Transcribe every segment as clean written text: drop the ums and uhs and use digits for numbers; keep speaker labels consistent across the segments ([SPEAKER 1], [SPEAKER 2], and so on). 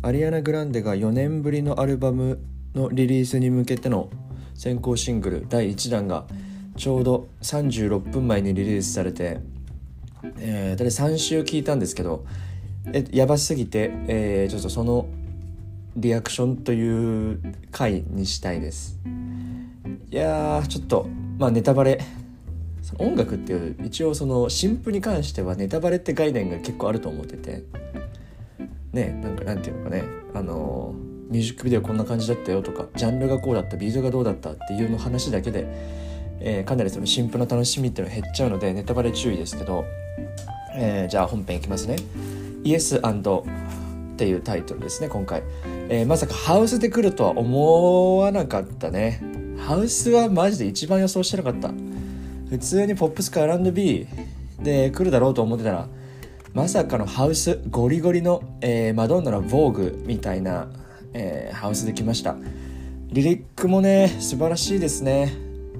[SPEAKER 1] アリアナ・グランデが4年ぶりのアルバムのリリースに向けての先行シングル第1弾がちょうど36分前にリリースされて、だい3週聞いたんですけど、やばすぎて、ちょっとそのリアクションという回にしたいです。いやーちょっとネタバレ、音楽っていう一応その新譜に関してはネタバレって概念が結構あると思っててね、なんていうのかね、ミュージックビデオこんな感じだったよとか、ジャンルがこうだった、ビートがどうだったっていうの話だけで、かなりその新譜の楽しみっていうのが減っちゃうのでネタバレ注意ですけど、じゃあ本編いきますね。 Yes and っていうタイトルですね今回。まさかハウスで来るとは思わなかったね。ハウスはマジで一番予想してなかった。普通にポップスか R&B で来るだろうと思ってたら、まさかのハウス、ゴリゴリの、マドンナの Vogue みたいな、ハウスで来ました。リリックもね素晴らしいですね。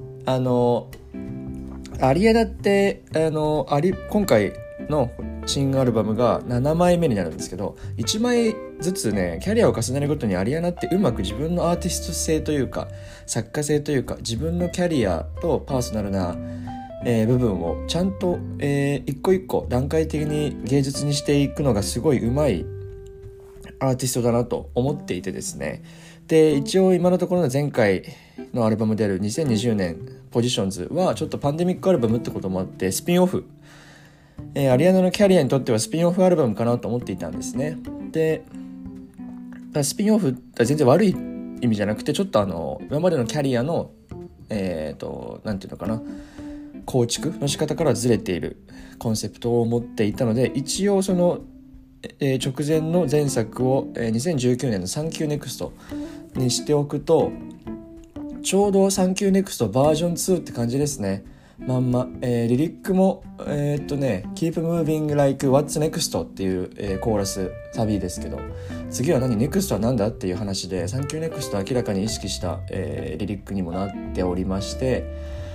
[SPEAKER 1] アリアナって今回の新アルバムが7枚目になるんですけど、1枚ずつねキャリアを重ねるごとにアリアナってうまく自分のアーティスト性というか作家性というか自分のキャリアとパーソナルな、部分をちゃんと、一個一個段階的に芸術にしていくのがすごいうまいアーティストだなと思っていてですね。で一応今のところの前回のアルバムである2020年ポジションズはちょっとパンデミックアルバムってこともあってスピンオフ、アリアナのキャリアにとってはスピンオフアルバムかなと思っていたんですね。でスピンオフって全然悪い意味じゃなくて、ちょっと今までのキャリアのなんていうのかな、構築の仕方からずれているコンセプトを持っていたので、一応その、直前の前作を、2019年のサンキューネクストにしておくとちょうどサンキューネクストバージョン2って感じですね。リリックもKeep moving like what's next っていう、コーラスサビですけど、次は何、ネクストは何だっていう話で、サンキューネクスト明らかに意識した、リリックにもなっておりまして、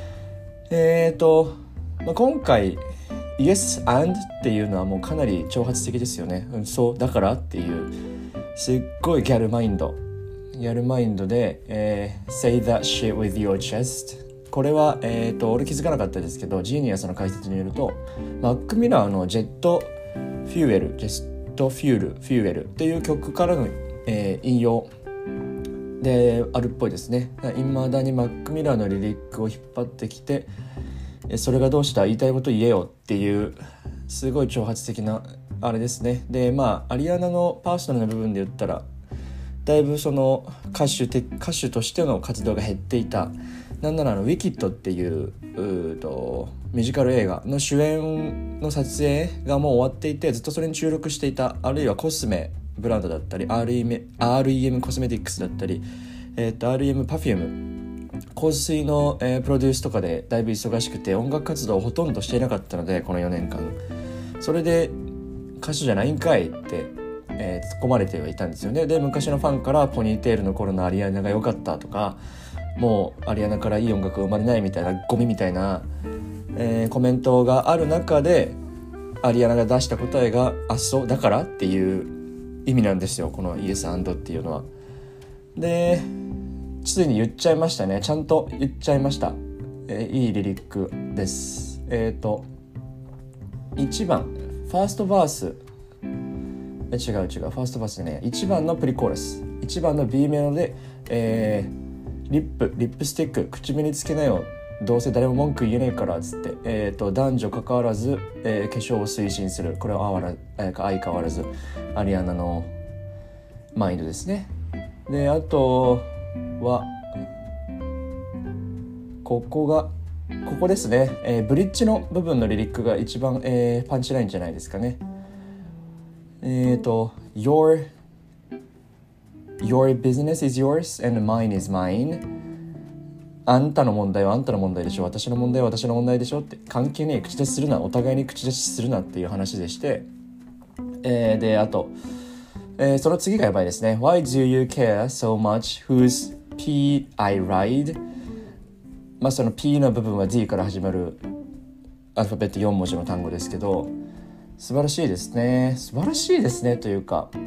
[SPEAKER 1] 今回 Yes and っていうのはもうかなり挑発的ですよね。そうだからっていうすっごいギャルマインドで、Say that shit with your chest。 これは、俺気づかなかったですけど、ジーニアスの解説によるとマック・ミラーのジェットフューエルっていう曲からの、引用であるっぽいですね。いまだにマック・ミラーのリリックを引っ張ってきて、それがどうした言いたいこと言えよっていうすごい挑発的なあれですね。でアリアナのパーソナルな部分で言ったらだいぶその歌手としての活動が減っていた。なんならウィキッドっていうミュージカル映画の主演の撮影がもう終わっていて、ずっとそれに注力していた。あるいはコスメブランドだったり REM コスメティックスだったり、REM パフューム香水の、プロデュースとかでだいぶ忙しくて音楽活動をほとんどしていなかったので、この4年間それで歌手じゃないんかいって、突っ込まれてはいたんですよね。で昔のファンからポニーテールの頃のアリアナが良かったとか、もうアリアナからいい音楽が生まれないみたいなゴミみたいな、コメントがある中でアリアナが出した答えがそうだからっていう意味なんですよ、この Yes and っていうのは。でついに言っちゃいましたね。ちゃんと言っちゃいました。いいリリックです。1番ファーストバース違うファーストバースじゃねえ、1番のプリコーラス、1番の B メロで、リップスティック口紅つけなよ、どうせ誰も文句言えねえからっつって、男女関わらず、化粧を推進する。これは相変わらずアリアナのマインドですね。であとはここですね、ブリッジの部分のリリックが一番、パンチラインじゃないですかね。Your business is yours and mine is mine。 あんたの問題はあんたの問題でしょ、私の問題は私の問題でしょって、関係ねえ、口出しするな、お互いに口出しするなっていう話でして、であと、その次がやばいですね。 Why do you care so much whose P I ride。その P の部分は D から始まるアルファベット4文字の単語ですけど、素晴らしいですねというか、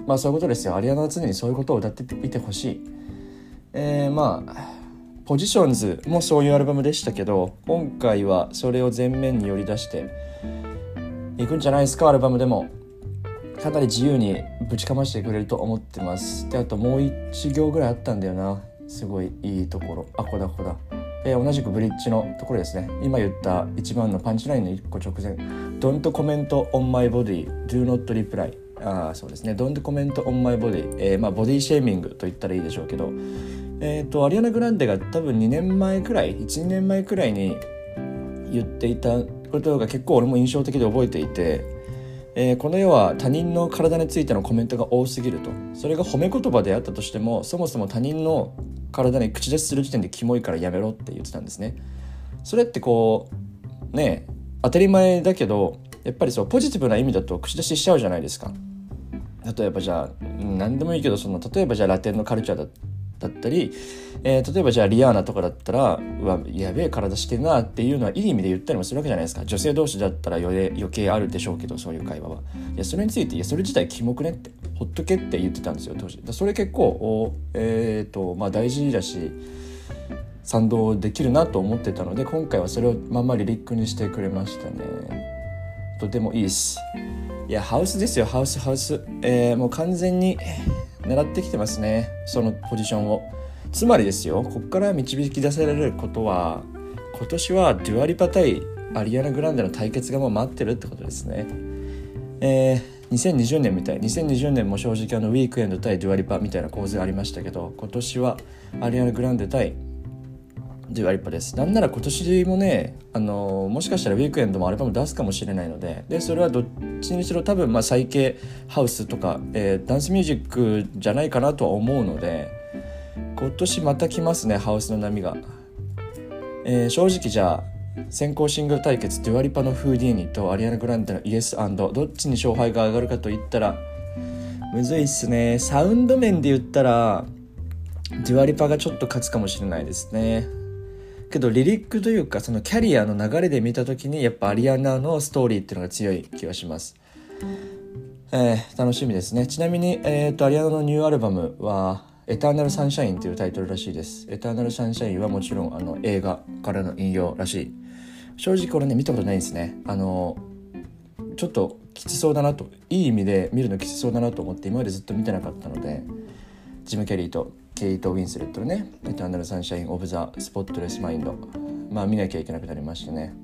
[SPEAKER 1] まあそういうことですよ。アリアナは常にそういうことを歌っていてほしい。まあポジションズもそういうアルバムでしたけど、今回はそれを前面に寄り出していくんじゃないですか。アルバムでもかなり自由にぶちかましてくれると思ってます。であともう1行ぐらいあったんだよな、すごいいいところ。ここだ同じくブリッジのところですね。今言った一番のパンチラインの1個直前 Don't comment on my body, do not reply。 そうですね、 Don't comment on my body、ボディシェーミングと言ったらいいでしょうけど、アリアナ・グランデが多分2年前くらい 1,2 年前くらいに言っていたことが結構俺も印象的で覚えていて、この世は他人の体についてのコメントが多すぎると。それが褒め言葉であったとしても、そもそも他人の体に口出しする時点でキモいからやめろって言ってたんですね。それってこうね、当たり前だけど、やっぱりそうポジティブな意味だと口出ししちゃうじゃないですか。例えばじゃあ何でもいいけど、例えばじゃあラテンのカルチャーだったり、例えばじゃあリアーナとかだったら、うわやべえ体してるなっていうのはいい意味で言ったりもするわけじゃないですか。女性同士だったら余計あるでしょうけど、そういう会話は。いやそれについて、それ自体キモくねって、ほっとけって言ってたんですよ当時。それ結構大事だし賛同できるなと思ってたので、今回はそれをまんまリリックにしてくれましたね。とてもいいです。いやハウスですよ、ハウス、もう完全に狙ってきてますね、そのポジションを。つまりですよ、ここから導き出されることは、今年はデュアリパ対アリアナ・グランデの対決がもう待ってるってことですね。2020年みたい、2020年も正直ウィークエンド対デュアリパみたいな構図がありましたけど、今年はアリアナ・グランデ対デュアリパです。なんなら今年もね、もしかしたらウィークエンドもアルバム出すかもしれないので、それはどっちにしろ多分最軽ハウスとか、ダンスミュージックじゃないかなとは思うので、今年また来ますね、ハウスの波が。正直じゃあ先行シングル対決、デュアリパのフーディーニとアリアナ・グランデのイエス&どっちに勝敗が上がるかといったらむずいっすね。サウンド面で言ったらデュアリパがちょっと勝つかもしれないですね。けどリリックというかそのキャリアの流れで見た時にやっぱアリアナのストーリーっていうのが強い気がします。楽しみですね。ちなみに、アリアナのニューアルバムはエターナルサンシャインというタイトルらしいです。エターナルサンシャインはもちろん映画からの引用らしい。正直これね見たことないんですね。ちょっときつそうだなと、いい意味で見るのきつそうだなと思って今までずっと見てなかったので、ジム・キャリーとケイト・ウィンスレットのね、エターナルサンシャイン・オブ・ザ・スポットレス・マインド、見なきゃいけなくなりましたね。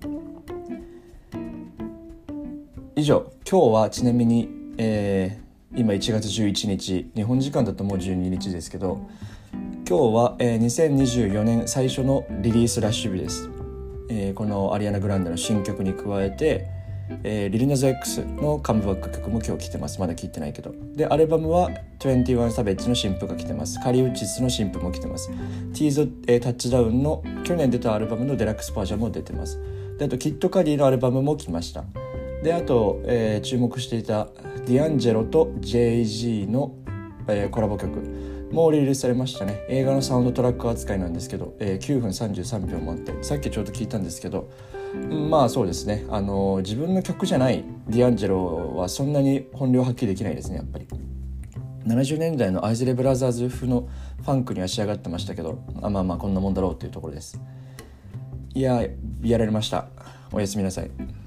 [SPEAKER 1] 以上、今日はちなみに、今1月11日、日本時間だともう12日ですけど、今日は、2024年最初のリリースラッシュ日です。このアリアナ・グランデの新曲に加えて、リルナズ X のカムバック曲も今日来てます。まだ聴いてないけど。でアルバムは21サベッジの新譜が来てます。カリウチスの新譜も来てます。ティーズ、タッチダウンの去年出たアルバムのデラックスバージョンも出てます。であとキッドカリーのアルバムも来ました。であと、注目していたディアンジェロと JG の、コラボ曲もリリースされましたね。映画のサウンドトラック扱いなんですけど、9分33秒もあって、さっきちょうど聞いたんですけど、そうですね、自分の曲じゃないディアンジェロはそんなに本領発揮できないですね。やっぱり70年代のアイズレブラザーズ風のファンクには仕上がってましたけど、こんなもんだろうっていうところです。いややられました。おやすみなさい。